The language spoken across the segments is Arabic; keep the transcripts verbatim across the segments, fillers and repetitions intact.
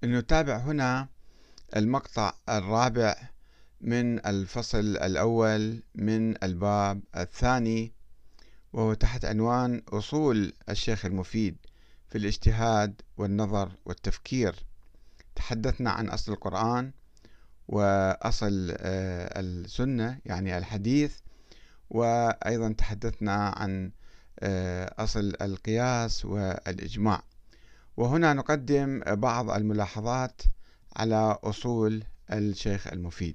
نتابع هنا المقطع الرابع من الفصل الأول من الباب الثاني، وهو تحت عنوان أصول الشيخ المفيد في الاجتهاد والنظر والتفكير. تحدثنا عن أصل القرآن وأصل السنة يعني الحديث، وأيضا تحدثنا عن أصل القياس والإجماع. وهنا نقدم بعض الملاحظات على أصول الشيخ المفيد.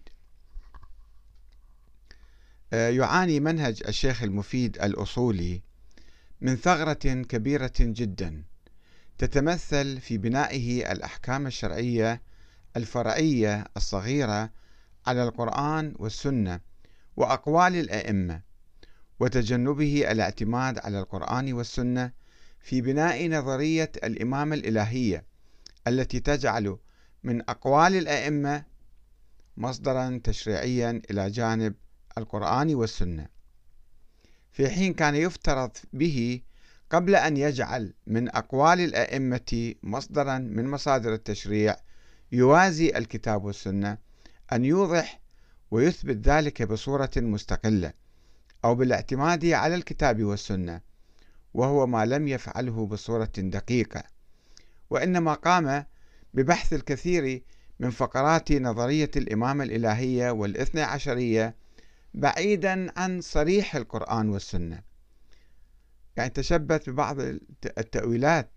يعاني منهج الشيخ المفيد الأصولي من ثغرة كبيرة جدا تتمثل في بنائه الأحكام الشرعية الفرعية الصغيرة على القرآن والسنة وأقوال الأئمة، وتجنبه الاعتماد على القرآن والسنة في بناء نظرية الإمامة الإلهية التي تجعل من أقوال الأئمة مصدرا تشريعيا إلى جانب القرآن والسنة، في حين كان يفترض به قبل أن يجعل من أقوال الأئمة مصدرا من مصادر التشريع يوازي الكتاب والسنة أن يوضح ويثبت ذلك بصورة مستقلة أو بالاعتماد على الكتاب والسنة، وهو ما لم يفعله بصورة دقيقة، وإنما قام ببحث الكثير من فقرات نظرية الإمامة الإلهية والاثنى عشرية بعيدا عن صريح القرآن والسنة، يعني تشبث ببعض التأويلات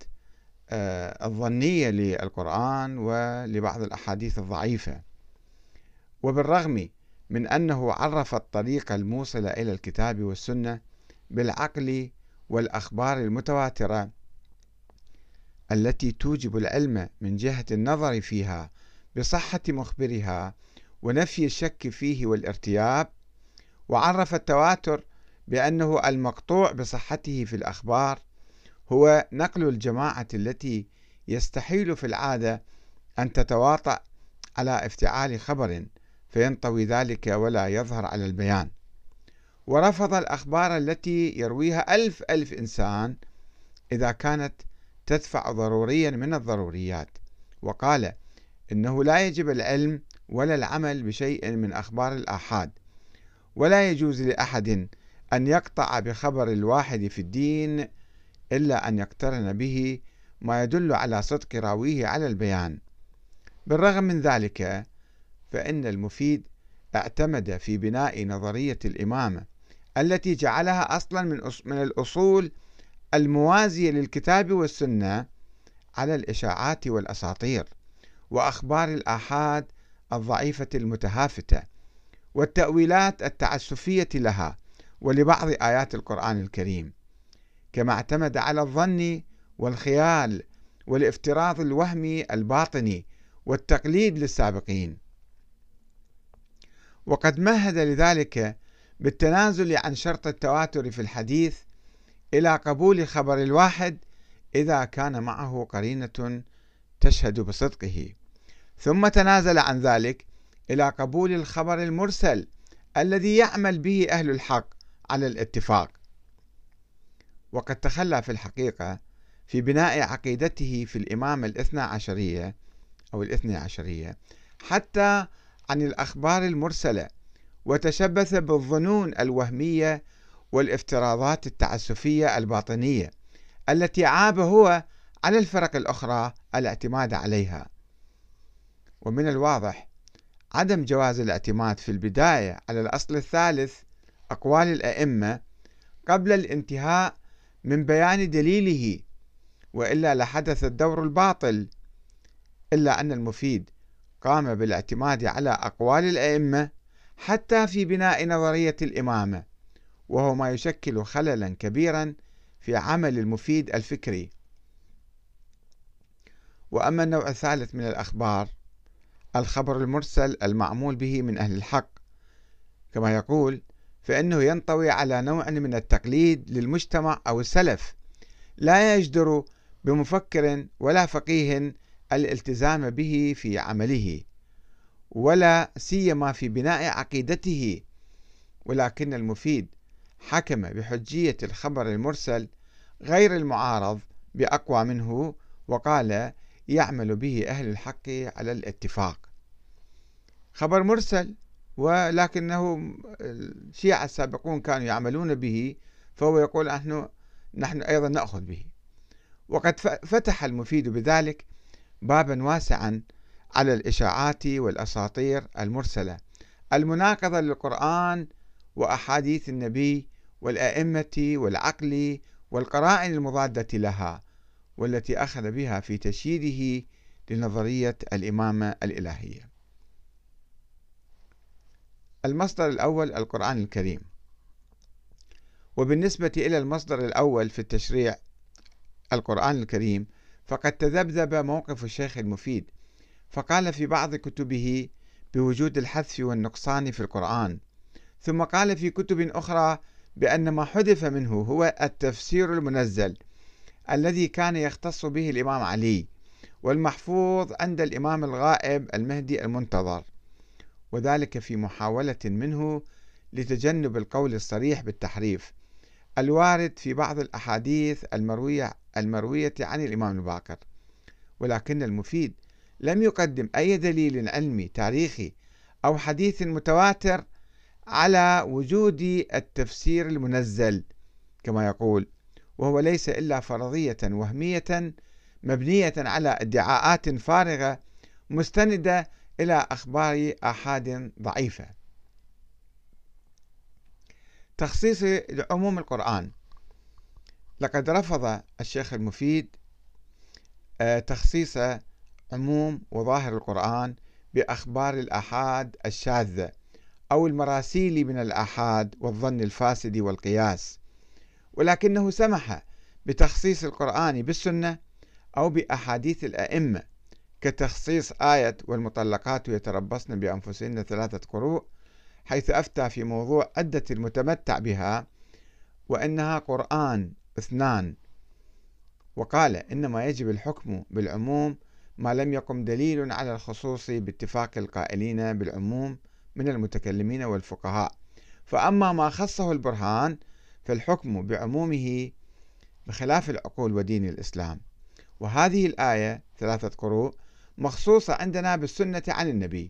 الظنية للقرآن ولبعض الأحاديث الضعيفة. وبالرغم من أنه عرف الطريق الموصلة إلى الكتاب والسنة بالعقل والأخبار المتواترة التي توجب العلم من جهة النظر فيها بصحة مخبرها ونفي الشك فيه والارتياب، وعرف التواتر بأنه المقطوع بصحته في الأخبار هو نقل الجماعة التي يستحيل في العادة أن تتواطأ على افتعال خبر فينطوي ذلك ولا يظهر على البيان، ورفض الأخبار التي يرويها ألف ألف إنسان إذا كانت تدفع ضروريا من الضروريات، وقال إنه لا يجب العلم ولا العمل بشيء من أخبار الآحاد، ولا يجوز لأحد أن يقطع بخبر الواحد في الدين إلا أن يقترن به ما يدل على صدق راويه على البيان. بالرغم من ذلك فإن المفيد اعتمد في بناء نظرية الإمامة التي جعلها أصلا من من الأصول الموازية للكتاب والسنة على الإشاعات والأساطير وأخبار الآحاد الضعيفة المتهافتة والتأويلات التعسفية لها ولبعض آيات القرآن الكريم، كما اعتمد على الظن والخيال والافتراض الوهمي الباطني والتقليد للسابقين. وقد مهد لذلك بالتنازل عن شرط التواتر في الحديث إلى قبول خبر الواحد إذا كان معه قرينة تشهد بصدقه، ثم تنازل عن ذلك إلى قبول الخبر المرسل الذي يعمل به أهل الحق على الاتفاق. وقد تخلى في الحقيقة في بناء عقيدته في الإمامة الاثنى عشرية أو الاثنى عشرية حتى عن الأخبار المرسلة، وتشبث بالظنون الوهمية والافتراضات التعسفية الباطنية التي عاب هو على الفرق الأخرى الاعتماد عليها. ومن الواضح عدم جواز الاعتماد في البداية على الأصل الثالث أقوال الأئمة قبل الانتهاء من بيان دليله، وإلا لحدث الدور الباطل، إلا أن المفيد قام بالاعتماد على أقوال الأئمة حتى في بناء نظرية الإمامة، وهو ما يشكل خللا كبيرا في عمل المفيد الفكري. وأما النوع الثالث من الأخبار الخبر المرسل المعمول به من أهل الحق كما يقول، فإنه ينطوي على نوع من التقليد للمجتمع أو السلف لا يجدر بمفكر ولا فقيه الالتزام به في عمله ولا سيما في بناء عقيدته، ولكن المفيد حكم بحجية الخبر المرسل غير المعارض بأقوى منه، وقال يعمل به أهل الحق على الاتفاق. خبر مرسل ولكنه الشيعة السابقون كانوا يعملون به، فهو يقول نحن نحن أيضا نأخذ به. وقد فتح المفيد بذلك بابا واسعا على الإشاعات والأساطير المرسلة المناقضة للقرآن وأحاديث النبي والأئمة والعقل والقرائن المضادة لها، والتي أخذ بها في تشييده لنظرية الإمامة الإلهية. المصدر الأول القرآن الكريم. وبالنسبة إلى المصدر الأول في التشريع القرآن الكريم، فقد تذبذب موقف الشيخ المفيد، فقال في بعض كتبه بوجود الحذف والنقصان في القرآن، ثم قال في كتب أخرى بأن ما حذف منه هو التفسير المنزل الذي كان يختص به الإمام علي، والمحفوظ عند الإمام الغائب المهدي المنتظر، وذلك في محاولة منه لتجنب القول الصريح بالتحريف الوارد في بعض الأحاديث المروية المروية عن الإمام الباقر. ولكن المفيد لم يقدم أي دليل علمي تاريخي أو حديث متواتر على وجود التفسير المنزل كما يقول، وهو ليس إلا فرضية وهمية مبنية على ادعاءات فارغة مستندة إلى أخبار آحاد ضعيفة. تخصيص عموم القرآن. لقد رفض الشيخ المفيد تخصيص عموم وظاهر القرآن بأخبار الآحاد الشاذة أو المراسيل من الآحاد والظن الفاسد والقياس، ولكنه سمح بتخصيص القرآن بالسنة أو بأحاديث الأئمة، كتخصيص آية والمطلقات يتربصن بأنفسهن ثلاثة قروء، حيث أفتى في موضوع عدة المتمتع بها وأنها قرآن اثنان، وقال إنما يجب الحكم بالعموم ما لم يقم دليل على الخصوص باتفاق القائلين بالعموم من المتكلمين والفقهاء، فأما ما خصه البرهان فالحكم بعمومه بخلاف العقول ودين الإسلام. وهذه الآية ثلاثة قروء مخصوصة عندنا بالسنة عن النبي.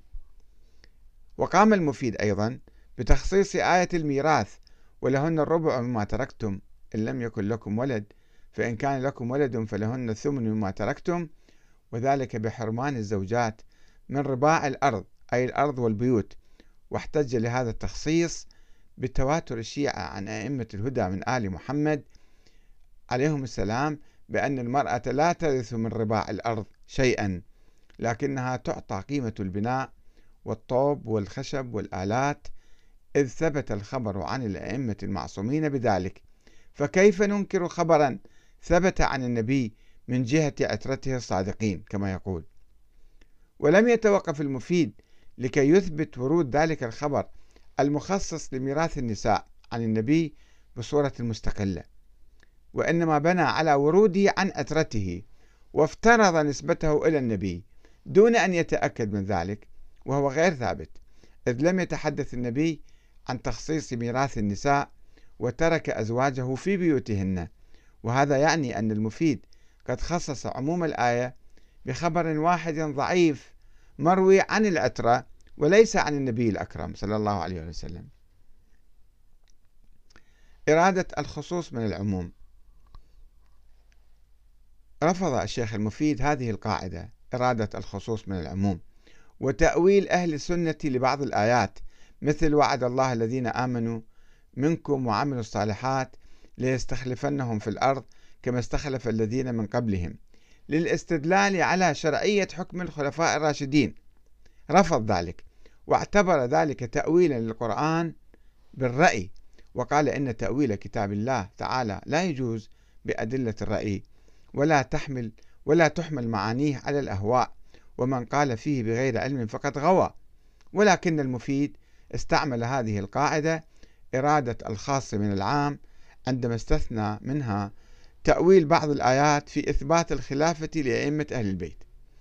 وقام المفيد أيضا بتخصيص آية الميراث ولهن الربع مما تركتم إن لم يكن لكم ولد فإن كان لكم ولد فلهن الثمن مما تركتم، وذلك بحرمان الزوجات من رباع الأرض أي الأرض والبيوت. واحتج لهذا التخصيص بتواتر الشيعة عن أئمة الهدى من آل محمد عليهم السلام بأن المرأة لا ترث من رباع الأرض شيئا، لكنها تعطى قيمة البناء والطوب والخشب والآلات، إذ ثبت الخبر عن الأئمة المعصومين بذلك، فكيف ننكر خبرا ثبت عن النبي من جهة عترته الصادقين كما يقول. ولم يتوقف المفيد لكي يثبت ورود ذلك الخبر المخصص لميراث النساء عن النبي بصورة مستقلة، وإنما بنى على وروده عن عترته وافترض نسبته إلى النبي دون أن يتأكد من ذلك، وهو غير ثابت، إذ لم يتحدث النبي عن تخصيص ميراث النساء وترك أزواجه في بيوتهن. وهذا يعني أن المفيد قد خصص عموم الآية بخبر واحد ضعيف مروي عن العترة وليس عن النبي الأكرم صلى الله عليه وسلم. إرادة الخصوص من العموم. رفض الشيخ المفيد هذه القاعدة إرادة الخصوص من العموم، وتأويل أهل السنة لبعض الآيات مثل وعد الله الذين آمنوا منكم وعملوا الصالحات ليستخلفنهم في الأرض كما استخلف الذين من قبلهم، للاستدلال على شرعية حكم الخلفاء الراشدين. رفض ذلك واعتبر ذلك تأويلا للقرآن بالرأي، وقال إن تأويل كتاب الله تعالى لا يجوز بأدلة الرأي ولا تحمل ولا تحمل معانيه على الأهواء، ومن قال فيه بغير علم فقد غوى. ولكن المفيد استعمل هذه القاعدة إرادة الخاص من العام عندما استثنى منها تأويل بعض الآيات في إثبات الخلافة لأئمة أهل البيت.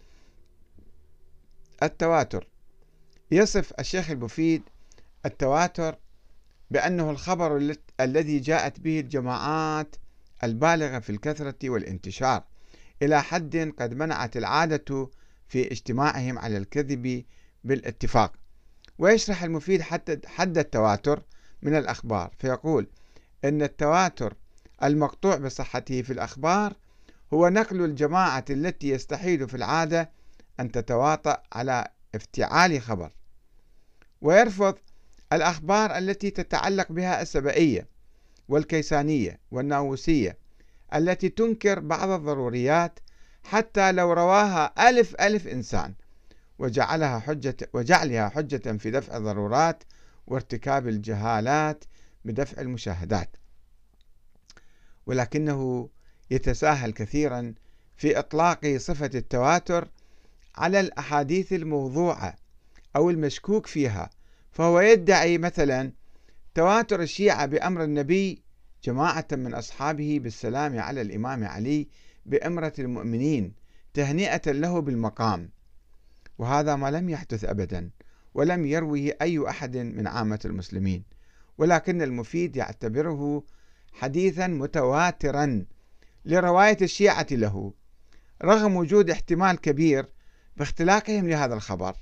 التواتر. يصف الشيخ المفيد التواتر بأنه الخبر الذي جاءت به الجماعات البالغة في الكثرة والانتشار إلى حد قد منعت العادة في اجتماعهم على الكذب بالاتفاق. ويشرح المفيد حد التواتر من الأخبار، فيقول إن التواتر المقطوع بصحته في الأخبار هو نقل الجماعة التي يستحيل في العادة أن تتواطأ على افتعال خبر، ويرفض الأخبار التي تتعلق بها السبائية والكيسانية والناووسية التي تنكر بعض الضروريات حتى لو رواها ألف ألف إنسان، وجعلها حجة وجعلها حجة في دفع الضرورات وارتكاب الجهالات بدفع المشاهدات. ولكنه يتساهل كثيرا في إطلاق صفة التواتر على الأحاديث الموضوعة أو المشكوك فيها، فهو يدعي مثلا تواتر الشيعة بأمر النبي جماعة من أصحابه بالسلام على الإمام علي بأمرة المؤمنين تهنئة له بالمقام، وهذا ما لم يحدث أبدا ولم يروه أي أحد من عامة المسلمين، ولكن المفيد يعتبره حديثا متواترا لرواية الشيعة له رغم وجود احتمال كبير باختلاقهم لهذا الخبر.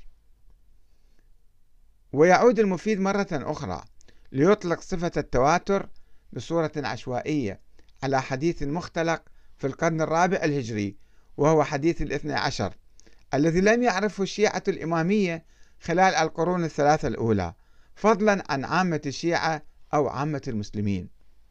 ويعود المفيد مرة أخرى ليطلق صفة التواتر بصورة عشوائية على حديث مختلق في القرن الرابع الهجري، وهو حديث الاثنى عشر الذي لم يعرفه الشيعة الإمامية خلال القرون الثلاثة الأولى، فضلا عن عامة الشيعة أو عامة المسلمين.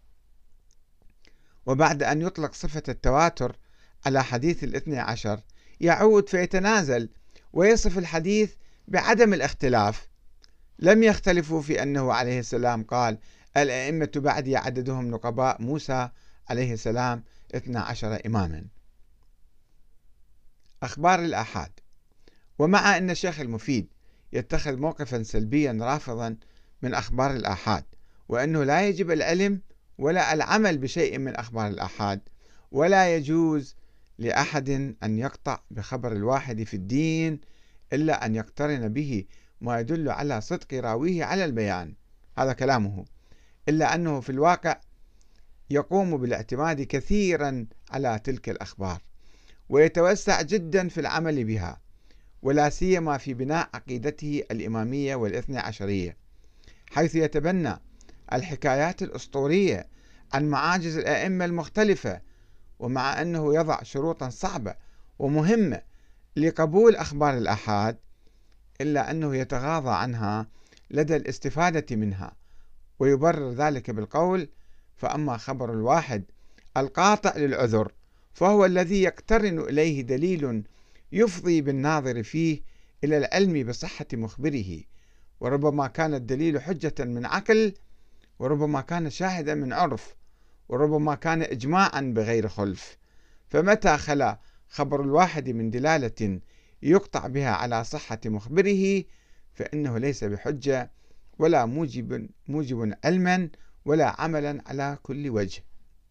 وبعد أن يطلق صفة التواتر على حديث الاثنى عشر يعود فيتنازل ويصف الحديث بعدم الاختلاف، لم يختلفوا في أنه عليه السلام قال الأئمة بعدي عددهم نقباء موسى عليه السلام اثنى عشر إماما. أخبار الآحاد. ومع أن الشيخ المفيد يتخذ موقفا سلبيا رافضا من أخبار الآحاد، وأنه لا يجب العلم ولا العمل بشيء من أخبار الآحاد، ولا يجوز لأحد أن يقطع بخبر الواحد في الدين إلا أن يقترن به ما يدل على صدق راويه على البيان، هذا كلامه، إلا أنه في الواقع يقوم بالاعتماد كثيرا على تلك الأخبار ويتوسع جدا في العمل بها، ولا سيما في بناء عقيدته الإمامية والاثنى عشرية، حيث يتبنى الحكايات الأسطورية عن معاجز الأئمة المختلفة، ومع أنه يضع شروطا صعبة ومهمة لقبول أخبار الآحاد إلا أنه يتغاضى عنها لدى الاستفادة منها، ويبرر ذلك بالقول فأما خبر الواحد القاطع للعذر فهو الذي يقترن إليه دليل يفضي بالناظر فيه إلى العلم بصحة مخبره، وربما كان الدليل حجة من عقل، وربما كان شاهدا من عرف، وربما كان إجماعا بغير خلف. فمتى خلا خبر الواحد من دلالة يقطع بها على صحة مخبره فإنه ليس بحجة ولا موجب, موجب علما ولا عملا على كل وجه.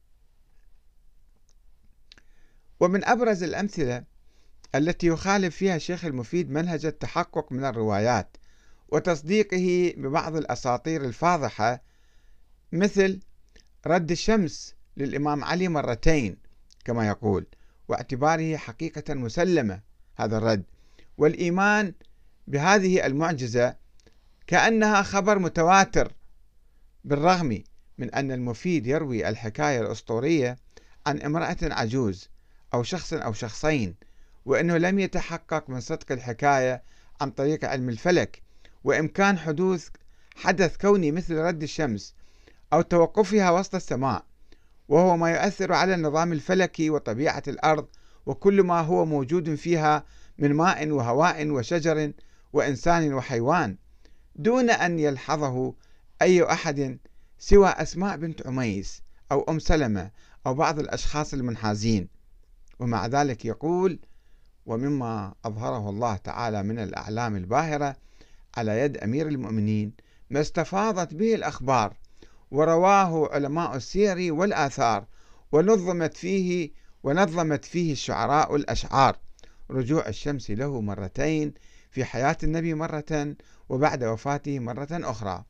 ومن أبرز الأمثلة التي يخالف فيها الشيخ المفيد منهج التحقق من الروايات وتصديقه ببعض الأساطير الفاضحة مثل رد الشمس للإمام علي مرتين كما يقول، واعتباره حقيقة مسلمة هذا الرد، والإيمان بهذه المعجزة كأنها خبر متواتر، بالرغم من أن المفيد يروي الحكاية الأسطورية عن امرأة عجوز أو شخص أو شخصين، وأنه لم يتحقق من صدق الحكاية عن طريق علم الفلك وإمكان حدوث حدث كوني مثل رد الشمس أو توقفها وسط السماء، وهو ما يؤثر على النظام الفلكي وطبيعة الأرض وكل ما هو موجود فيها من ماء وهواء وشجر وإنسان وحيوان، دون أن يلحظه أي أحد سوى أسماء بنت عميس أو أم سلمة أو بعض الأشخاص المنحازين. ومع ذلك يقول ومما أظهره الله تعالى من الأعلام الباهرة على يد أمير المؤمنين ما استفاضت به الأخبار ورواه علماء السير والآثار ونظمت فيه ونظمت فيه الشعراء الأشعار، رجوع الشمس له مرتين في حياة النبي مرة وبعد وفاته مرة أخرى.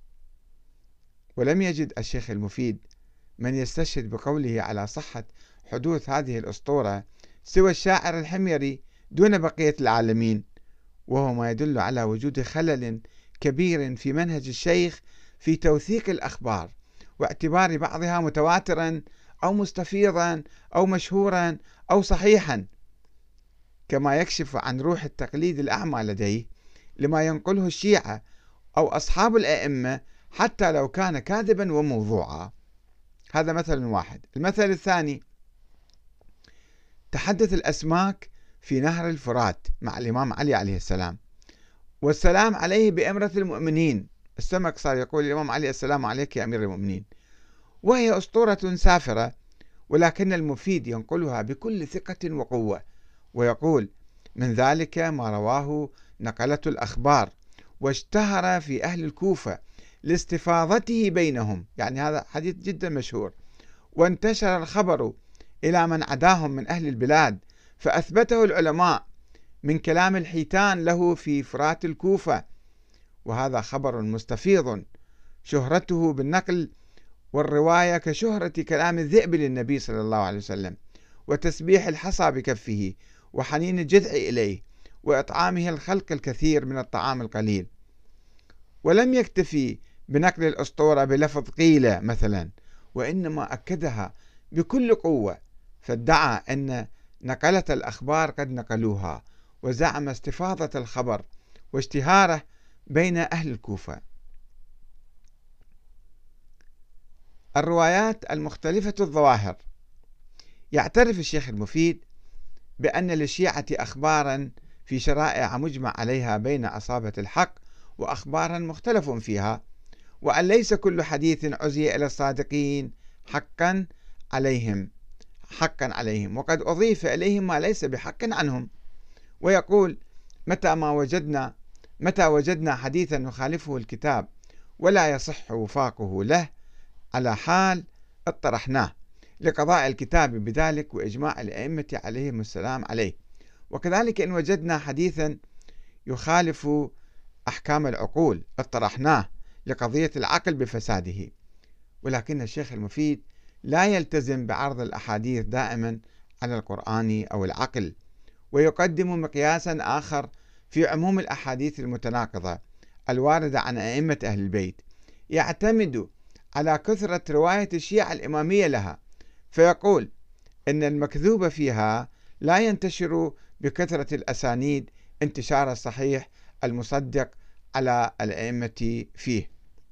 ولم يجد الشيخ المفيد من يستشهد بقوله على صحة حدوث هذه الأسطورة سوى الشاعر الحميري دون بقية العالمين، وهو ما يدل على وجود خلل كبير في منهج الشيخ في توثيق الأخبار واعتبار بعضها متواترا أو مستفيضا أو مشهورا أو صحيحا، كما يكشف عن روح التقليد الأعمى لديه لما ينقله الشيعة أو أصحاب الأئمة حتى لو كان كاذبا وموضوعا. هذا مثل واحد. المثل الثاني: تحدث الأسماك في نهر الفرات مع الإمام علي عليه السلام، والسلام عليه بأمرة المؤمنين. السمك صار يقول الإمام علي: السلام عليك يا أمير المؤمنين، وهي أسطورة سافرة، ولكن المفيد ينقلها بكل ثقة وقوة ويقول: من ذلك ما رواه نقلة الأخبار واشتهر في أهل الكوفة لاستفاضته بينهم، يعني هذا حديث جدا مشهور، وانتشر الخبر إلى من عداهم من أهل البلاد، فأثبته العلماء من كلام الحيتان له في فرات الكوفة، وهذا خبر مستفيض شهرته بالنقل والرواية كشهرة كلام الذئب للنبي صلى الله عليه وسلم، وتسبيح الحصى بكفه، وحنين الجذع إليه، وإطعامه الخلق الكثير من الطعام القليل. ولم يكتفي بنقل الأسطورة بلفظ قيل مثلا، وإنما أكدها بكل قوة، فادعى أن نقلة الأخبار قد نقلوها، وزعم استفاضة الخبر واشتهاره بين أهل الكوفة. الروايات المختلفة الظواهر: يعترف الشيخ المفيد بأن للشيعة أخبارا في شرائع مجمع عليها بين أصابة الحق، وأخبارا مختلف فيها، وأن ليس كل حديث عزي إلى الصادقين حقا عليهم حقا عليهم وقد أضيف إليهم ما ليس بحق عنهم. ويقول: متى ما وجدنا متى وجدنا حديثا يخالفه الكتاب ولا يصح وفاقه له على حال اطرحناه لقضاء الكتاب بذلك وإجماع الأئمة عليهم السلام عليه، وكذلك إن وجدنا حديثا يخالف أحكام العقول اطرحناه لقضية العقل بفساده. ولكن الشيخ المفيد لا يلتزم بعرض الأحاديث دائما على القرآن أو العقل، ويقدم مقياسا آخر في عموم الأحاديث المتناقضة الواردة عن أئمة أهل البيت، يعتمد على كثرة رواية الشيعة الإمامية لها، فيقول إن المكذوب فيها لا ينتشر بكثرة الأسانيد انتشار الصحيح المصدق على الأئمة فيه،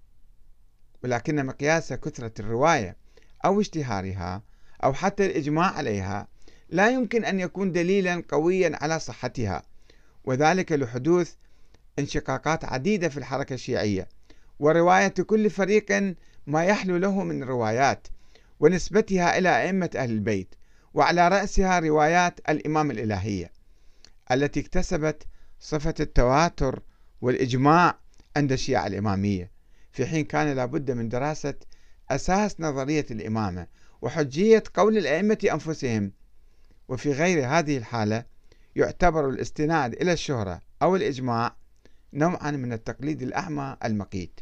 ولكن مقياس كثرة الرواية أو اشتهارها أو حتى الإجماع عليها لا يمكن أن يكون دليلا قويا على صحتها، وذلك لحدوث انشقاقات عديدة في الحركة الشيعية، ورواية كل فريق ما يحلو له من روايات، ونسبتها إلى أئمة أهل البيت، وعلى رأسها روايات الإمام الإلهية التي اكتسبت صفة التواتر والإجماع عند الشيعة الإمامية، في حين كان لابد من دراسة أساس نظرية الإمامة وحجية قول الأئمة أنفسهم. وفي غير هذه الحالة يعتبر الاستناد إلى الشهرة أو الإجماع نوعا من التقليد الأعمى المقيت.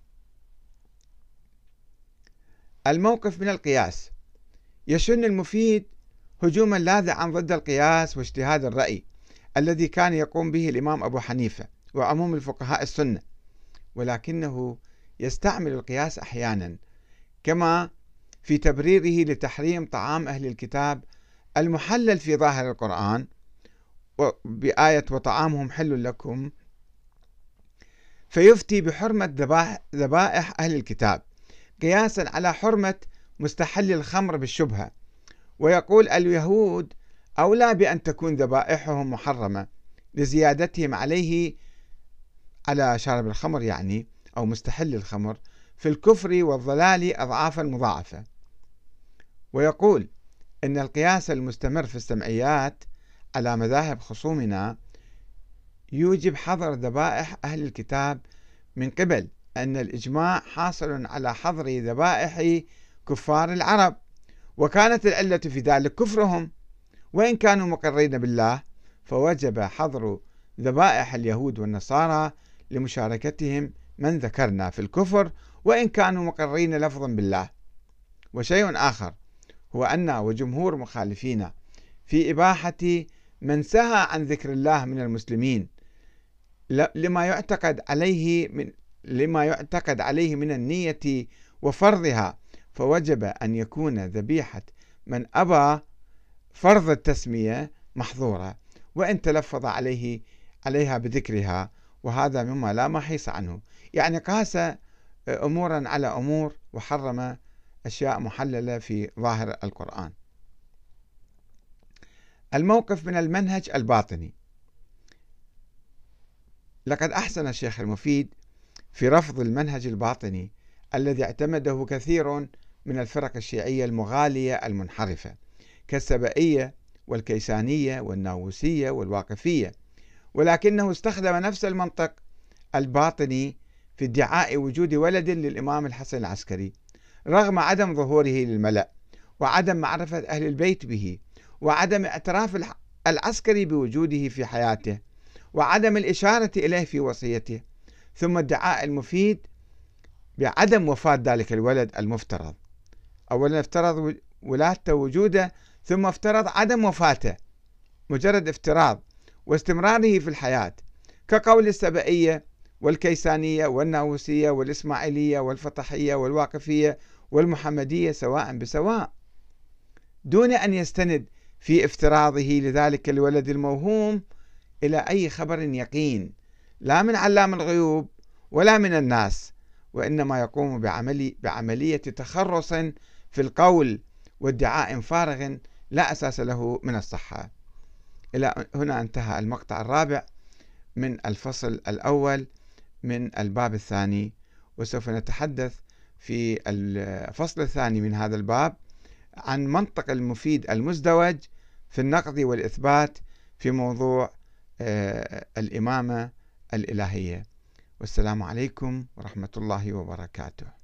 الموقف من القياس: يشن المفيد هجوما لاذعا ضد القياس واجتهاد الرأي الذي كان يقوم به الإمام أبو حنيفة وعموم الفقهاء السنة، ولكنه يستعمل القياس أحيانا، كما في تبريره لتحريم طعام أهل الكتاب المحلل في ظاهر القرآن بآية وطعامهم حل لكم، فيفتي بحرمة ذبائح أهل الكتاب قياسا على حرمة مستحل الخمر بالشبهة، ويقول اليهود أولى بأن تكون ذبائحهم محرمة لزيادتهم عليه على شارب الخمر يعني أو مستحل الخمر في الكفر والضلال أضعافا مضاعفة. ويقول إن القياس المستمر في السمعيات على مذاهب خصومنا يوجب حظر ذبائح أهل الكتاب، من قبل أن الإجماع حاصل على حظر ذبائح كفار العرب، وكانت العلة في ذلك كفرهم، وإن كانوا مقرين بالله فوجب حظر ذبائح اليهود والنصارى لمشاركتهم من ذكرنا في الكفر وإن كانوا مقرين لفظا بالله. وشيء آخر هو أن وجمهور مخالفينا في إباحة من سهى عن ذكر الله من المسلمين لما يعتقد عليه من لما يعتقد عليه من النية وفرضها، فوجب أن يكون ذبيحة من أبى فرض التسمية محظورة وإن تلفظ عليه عليها بذكرها، وهذا مما لا محيص عنه. يعني قاس أمورا على أمور وحرم أشياء محللة في ظاهر القرآن. الموقف من المنهج الباطني. لقد أحسن الشيخ المفيد في رفض المنهج الباطني الذي اعتمده كثير من الفرق الشيعية المغالية المنحرفة كالسبئية والكيسانية والناووسية والواقفية، ولكنه استخدم نفس المنطق الباطني في ادعاء وجود ولد للإمام الحسن العسكري رغم عدم ظهوره للملأ وعدم معرفة أهل البيت به وعدم اعتراف العسكري بوجوده في حياته وعدم الإشارة إليه في وصيته، ثم ادعاء المفيد بعدم وفاة ذلك الولد المفترض. أولا افترض ولادته وجوده، ثم افترض عدم وفاته، مجرد افتراض واستمراره في الحياة، كقول السبئية والكيسانية والناووسية والإسماعيلية والفطحية والواقفية والمحمدية سواء بسواء، دون أن يستند في افتراضه لذلك الولد الموهوم إلى أي خبر يقين، لا من علام الغيوب ولا من الناس، وإنما يقوم بعملي بعملية تخرص في القول وادعاء فارغ لا أساس له من الصحة. إلى هنا انتهى المقطع الرابع من الفصل الأول من الباب الثاني، وسوف نتحدث في الفصل الثاني من هذا الباب عن منطق المفيد المزدوج في النقد والإثبات في موضوع الإمامة الإلهية. والسلام عليكم ورحمة الله وبركاته.